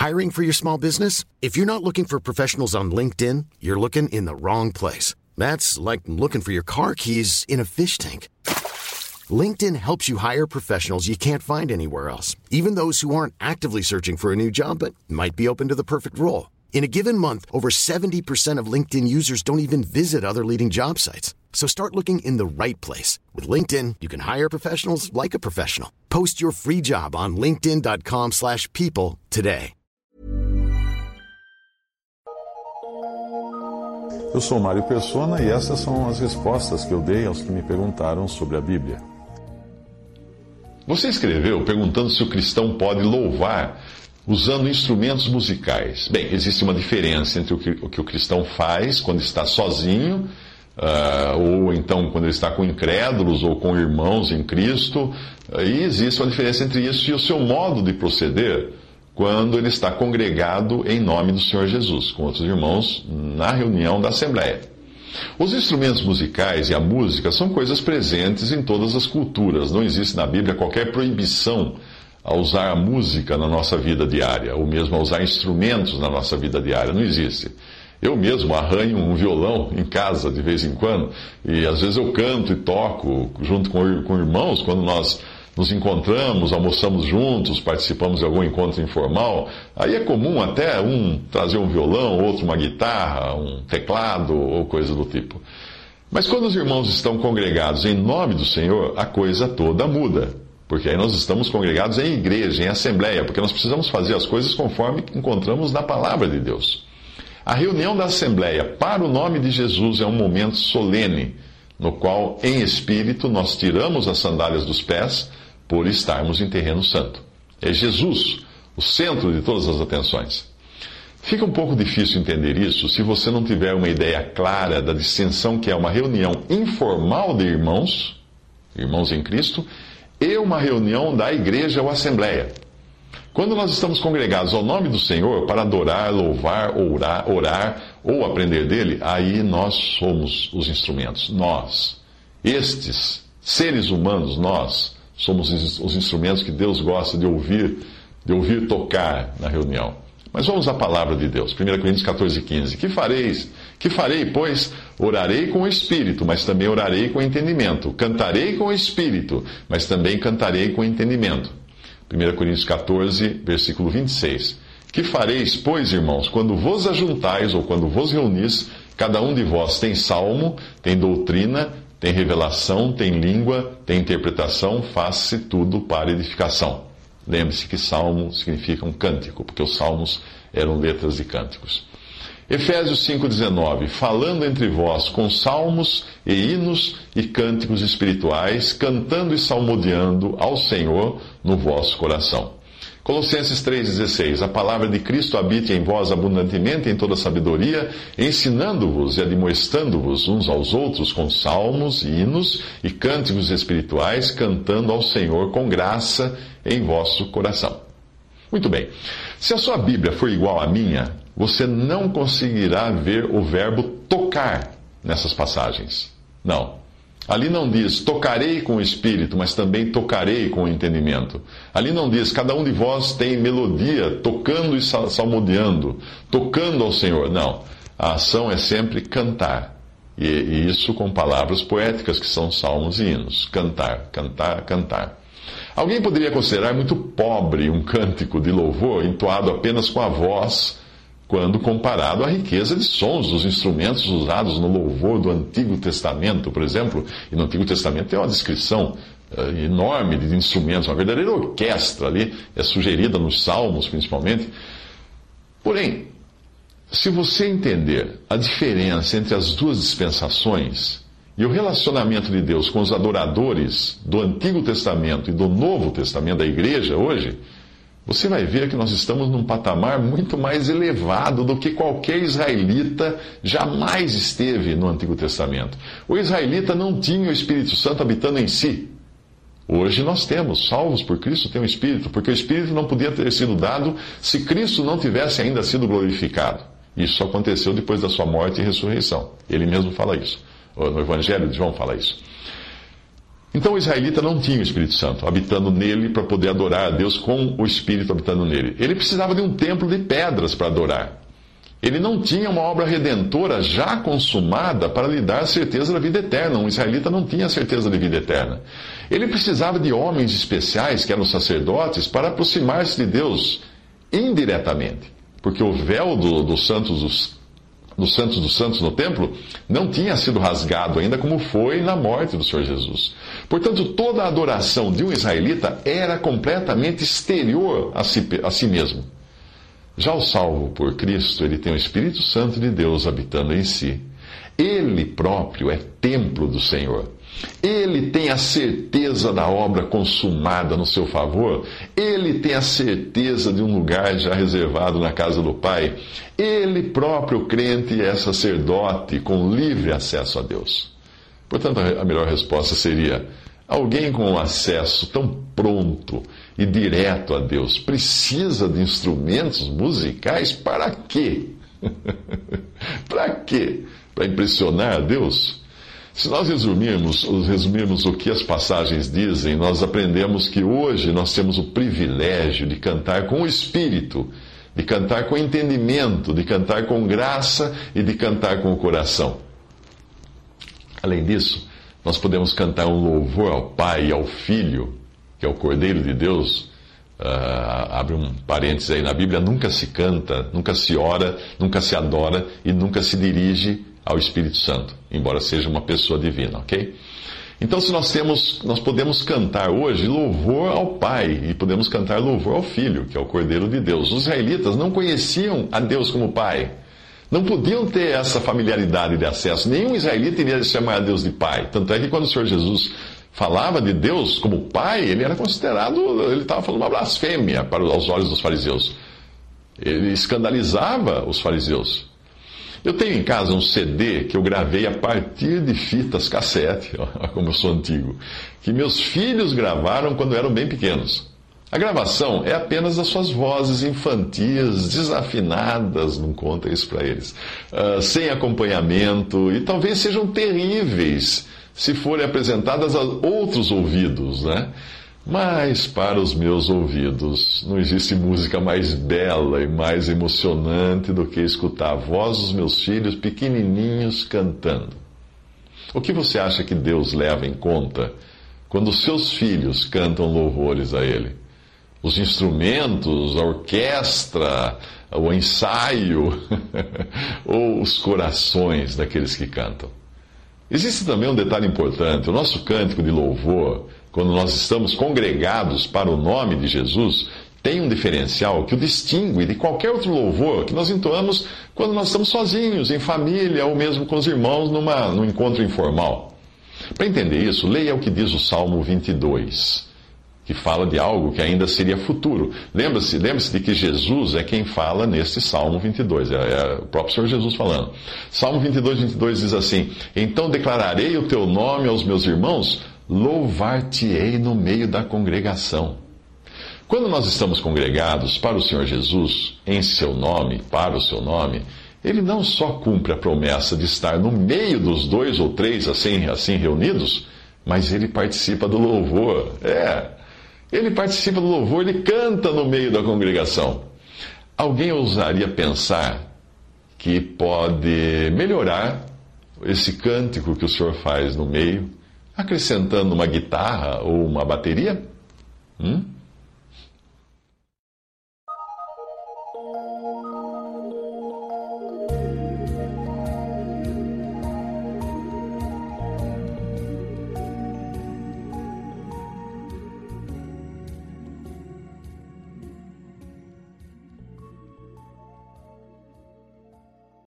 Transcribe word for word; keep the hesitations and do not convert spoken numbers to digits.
Hiring for your small business? If you're not looking for professionals on LinkedIn, you're looking in the wrong place. That's like looking for your car keys in a fish tank. LinkedIn helps you hire professionals you can't find anywhere else, even those who aren't actively searching for a new job but might be open to the perfect role. In a given month, over seventy percent of LinkedIn users don't even visit other leading job sites. So start looking in the right place. With LinkedIn, you can hire professionals like a professional. Post your free job on linkedin dot com slash people today. Eu sou Mário Persona e essas são as respostas que eu dei aos que me perguntaram sobre a Bíblia. Você escreveu perguntando se o cristão pode louvar usando instrumentos musicais. Bem, existe uma diferença entre o que o, que o cristão faz quando está sozinho, uh, ou então quando ele está com incrédulos ou com irmãos em Cristo, uh, e existe uma diferença entre isso e o seu modo de proceder quando ele está congregado em nome do Senhor Jesus, com outros irmãos, na reunião da Assembleia. Os instrumentos musicais e a música são coisas presentes em todas as culturas. Não existe na Bíblia qualquer proibição a usar a música na nossa vida diária, ou mesmo a usar instrumentos na nossa vida diária. Não existe. Eu mesmo arranho um violão em casa de vez em quando, e às vezes eu canto e toco junto com, com irmãos, quando nós nos encontramos, almoçamos juntos, participamos de algum encontro informal. Aí é comum até um trazer um violão, outro uma guitarra, um teclado ou coisa do tipo. Mas quando os irmãos estão congregados em nome do Senhor, a coisa toda muda. Porque aí nós estamos congregados em igreja, em assembleia, porque nós precisamos fazer as coisas conforme encontramos na palavra de Deus. A reunião da assembleia para o nome de Jesus é um momento solene, no qual, em espírito, nós tiramos as sandálias dos pés por estarmos em terreno santo. É Jesus o centro de todas as atenções. Fica um pouco difícil entender isso se você não tiver uma ideia clara da distinção que é uma reunião informal de irmãos, irmãos em Cristo, e uma reunião da igreja ou assembleia. Quando nós estamos congregados ao nome do Senhor para adorar, louvar, orar, orar ou aprender dele, aí nós somos os instrumentos. Nós, estes seres humanos, nós, somos os instrumentos que Deus gosta de ouvir, de ouvir tocar na reunião. Mas vamos à palavra de Deus. primeira Coríntios catorze, quinze. Que fareis? Que farei, pois? Orarei com o Espírito, mas também orarei com entendimento. Cantarei com o Espírito, mas também cantarei com entendimento. primeira Coríntios catorze, versículo vinte e seis. Que fareis, pois, irmãos, quando vos ajuntais ou quando vos reunis, cada um de vós tem salmo, tem doutrina, tem revelação, tem língua, tem interpretação, faça-se tudo para edificação. Lembre-se que salmo significa um cântico, porque os salmos eram letras de cânticos. Efésios cinco, dezenove. Falando entre vós com salmos e hinos e cânticos espirituais, cantando e salmodiando ao Senhor no vosso coração. Colossenses três, dezesseis. A palavra de Cristo habite em vós abundantemente em toda sabedoria, ensinando-vos e admoestando-vos uns aos outros com salmos, hinos e cânticos espirituais, cantando ao Senhor com graça em vosso coração. Muito bem. Se a sua Bíblia for igual à minha, você não conseguirá ver o verbo tocar nessas passagens. Não. Ali não diz, tocarei com o Espírito, mas também tocarei com o entendimento. Ali não diz, cada um de vós tem melodia, tocando e salmodiando, tocando ao Senhor. Não. A ação é sempre cantar. E, e isso com palavras poéticas, que são salmos e hinos. Cantar, cantar, cantar. Alguém poderia considerar muito pobre um cântico de louvor entoado apenas com a voz, quando comparado à riqueza de sons dos instrumentos usados no louvor do Antigo Testamento, por exemplo. E no Antigo Testamento tem uma descrição uh, enorme de instrumentos, uma verdadeira orquestra ali, é sugerida nos Salmos principalmente. Porém, se você entender a diferença entre as duas dispensações e o relacionamento de Deus com os adoradores do Antigo Testamento e do Novo Testamento da igreja hoje, você vai ver que nós estamos num patamar muito mais elevado do que qualquer israelita jamais esteve no Antigo Testamento. O israelita não tinha o Espírito Santo habitando em si. Hoje nós temos, salvos por Cristo, tem o Espírito, porque o Espírito não podia ter sido dado se Cristo não tivesse ainda sido glorificado. Isso aconteceu depois da sua morte e ressurreição. Ele mesmo fala isso. No Evangelho de João fala isso. Então o israelita não tinha o Espírito Santo habitando nele para poder adorar a Deus com o Espírito habitando nele. Ele precisava de um templo de pedras para adorar. Ele não tinha uma obra redentora já consumada para lhe dar a certeza da vida eterna. Um israelita não tinha a certeza de vida eterna. Ele precisava de homens especiais, que eram sacerdotes, para aproximar-se de Deus indiretamente. Porque o véu do, do Santos dos dos Santos dos Santos no templo, não tinha sido rasgado ainda como foi na morte do Senhor Jesus. Portanto, toda a adoração de um israelita era completamente exterior a si, a si mesmo. Já o salvo por Cristo, ele tem o Espírito Santo de Deus habitando em si. Ele próprio é templo do Senhor. Ele tem a certeza da obra consumada no seu favor. Ele tem a certeza de um lugar já reservado na casa do Pai. Ele próprio, crente, é sacerdote com livre acesso a Deus. Portanto, a melhor resposta seria: alguém com acesso tão pronto e direto a Deus precisa de instrumentos musicais para quê? Para quê? Para impressionar a Deus? Se nós resumirmos, resumirmos o que as passagens dizem, nós aprendemos que hoje nós temos o privilégio de cantar com o Espírito, de cantar com entendimento, de cantar com graça e de cantar com o coração. Além disso, nós podemos cantar um louvor ao Pai e ao Filho, que é o Cordeiro de Deus. Uh, abre um parênteses aí na Bíblia: nunca se canta, nunca se ora, nunca se adora e nunca se dirige ao Espírito Santo, embora seja uma pessoa divina, ok? Então, se nós temos, nós podemos cantar hoje louvor ao Pai e podemos cantar louvor ao Filho, que é o Cordeiro de Deus. Os israelitas não conheciam a Deus como Pai, não podiam ter essa familiaridade de acesso. Nenhum israelita iria chamar a Deus de Pai. Tanto é que quando o Senhor Jesus falava de Deus como Pai, ele era considerado, ele estava falando uma blasfêmia para os olhos dos fariseus. Ele escandalizava os fariseus. Eu tenho em casa um C D que eu gravei a partir de fitas cassete, ó, como eu sou antigo, que meus filhos gravaram quando eram bem pequenos. A gravação é apenas das suas vozes infantis, desafinadas, não conta isso para eles, uh, sem acompanhamento, e talvez sejam terríveis se forem apresentadas a outros ouvidos, né? Mas para os meus ouvidos não existe música mais bela e mais emocionante do que escutar a voz dos meus filhos pequenininhos cantando. O que você acha que Deus leva em conta quando os seus filhos cantam louvores a Ele? Os instrumentos, a orquestra, o ensaio ou os corações daqueles que cantam? Existe também um detalhe importante: o nosso cântico de louvor, quando nós estamos congregados para o nome de Jesus, tem um diferencial que o distingue de qualquer outro louvor que nós entoamos quando nós estamos sozinhos, em família ou mesmo com os irmãos numa, num encontro informal. Para entender isso, leia o que diz o Salmo vinte e dois, que fala de algo que ainda seria futuro. Lembre-se, lembre-se de que Jesus é quem fala nesse Salmo vinte e dois, é, é o próprio Senhor Jesus falando. Salmo vinte e dois, vinte e dois diz assim: então declararei o teu nome aos meus irmãos, louvar-te-ei no meio da congregação. Quando nós estamos congregados para o Senhor Jesus, em seu nome, para o seu nome, Ele não só cumpre a promessa de estar no meio dos dois ou três assim, assim reunidos, mas Ele participa do louvor. É, Ele participa do louvor, Ele canta no meio da congregação. Alguém ousaria pensar que pode melhorar esse cântico que o Senhor faz no meio, acrescentando uma guitarra ou uma bateria? Hum?